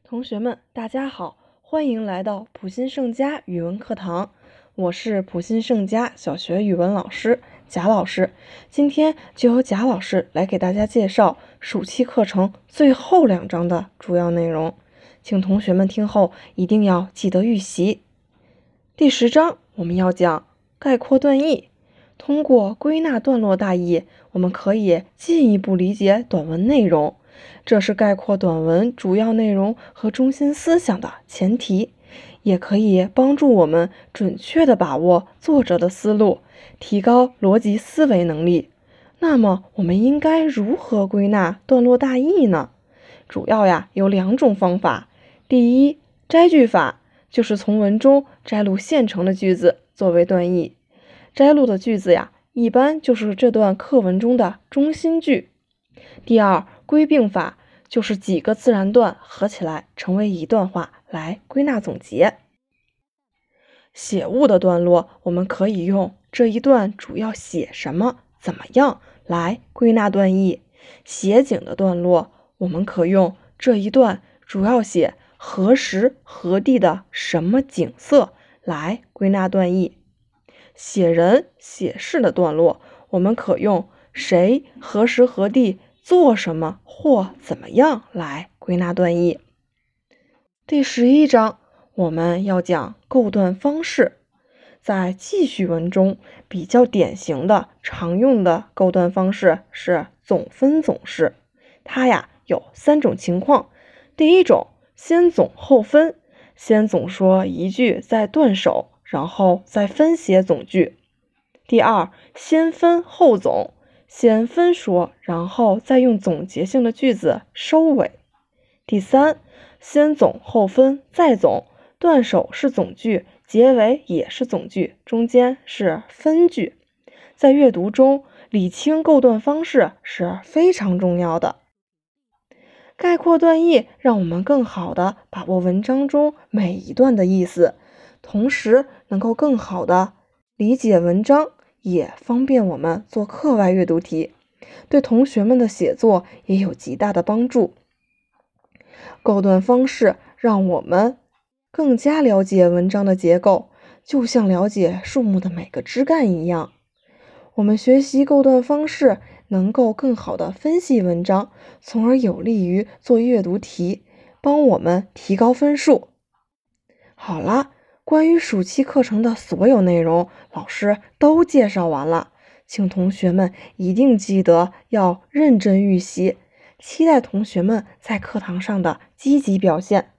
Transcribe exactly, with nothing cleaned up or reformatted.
同学们，大家好，欢迎来到普新盛家语文课堂。我是普新盛家小学语文老师贾老师，今天就由贾老师来给大家介绍暑期课程最后两章的主要内容，请同学们听后一定要记得预习。第十章我们要讲概括段意，通过归纳段落大意，我们可以进一步理解短文内容。这是概括短文主要内容和中心思想的前提，也可以帮助我们准确地把握作者的思路，提高逻辑思维能力。那么我们应该如何归纳段落大意呢？主要呀有两种方法。第一，摘句法，就是从文中摘录现成的句子作为段意。摘录的句子呀，一般就是这段课文中的中心句。第二，归并法，就是几个自然段合起来成为一段话来归纳总结。写物的段落，我们可以用这一段主要写什么、怎么样来归纳段意。写景的段落，我们可用这一段主要写何时何地的什么景色来归纳段意。写人写事的段落，我们可用谁何时何地做什么或怎么样来归纳段意。第十一章我们要讲构段方式。在记叙文中，比较典型的常用的构段方式是总分总式。它呀有三种情况。第一种，先总后分，先总说一句再断首，然后再分写总句。第二，先分后总，先分说，然后再用总结性的句子收尾。第三，先总后分再总，断首是总句，结尾也是总句，中间是分句。在阅读中，理清构段方式是非常重要的。概括段意让我们更好地把握文章中每一段的意思，同时能够更好地理解文章，也方便我们做课外阅读题，对同学们的写作也有极大的帮助。构段方式让我们更加了解文章的结构，就像了解树木的每个枝干一样。我们学习构段方式，能够更好地分析文章，从而有利于做阅读题，帮我们提高分数。好了，关于暑期课程的所有内容，老师都介绍完了，请同学们一定记得要认真预习，期待同学们在课堂上的积极表现。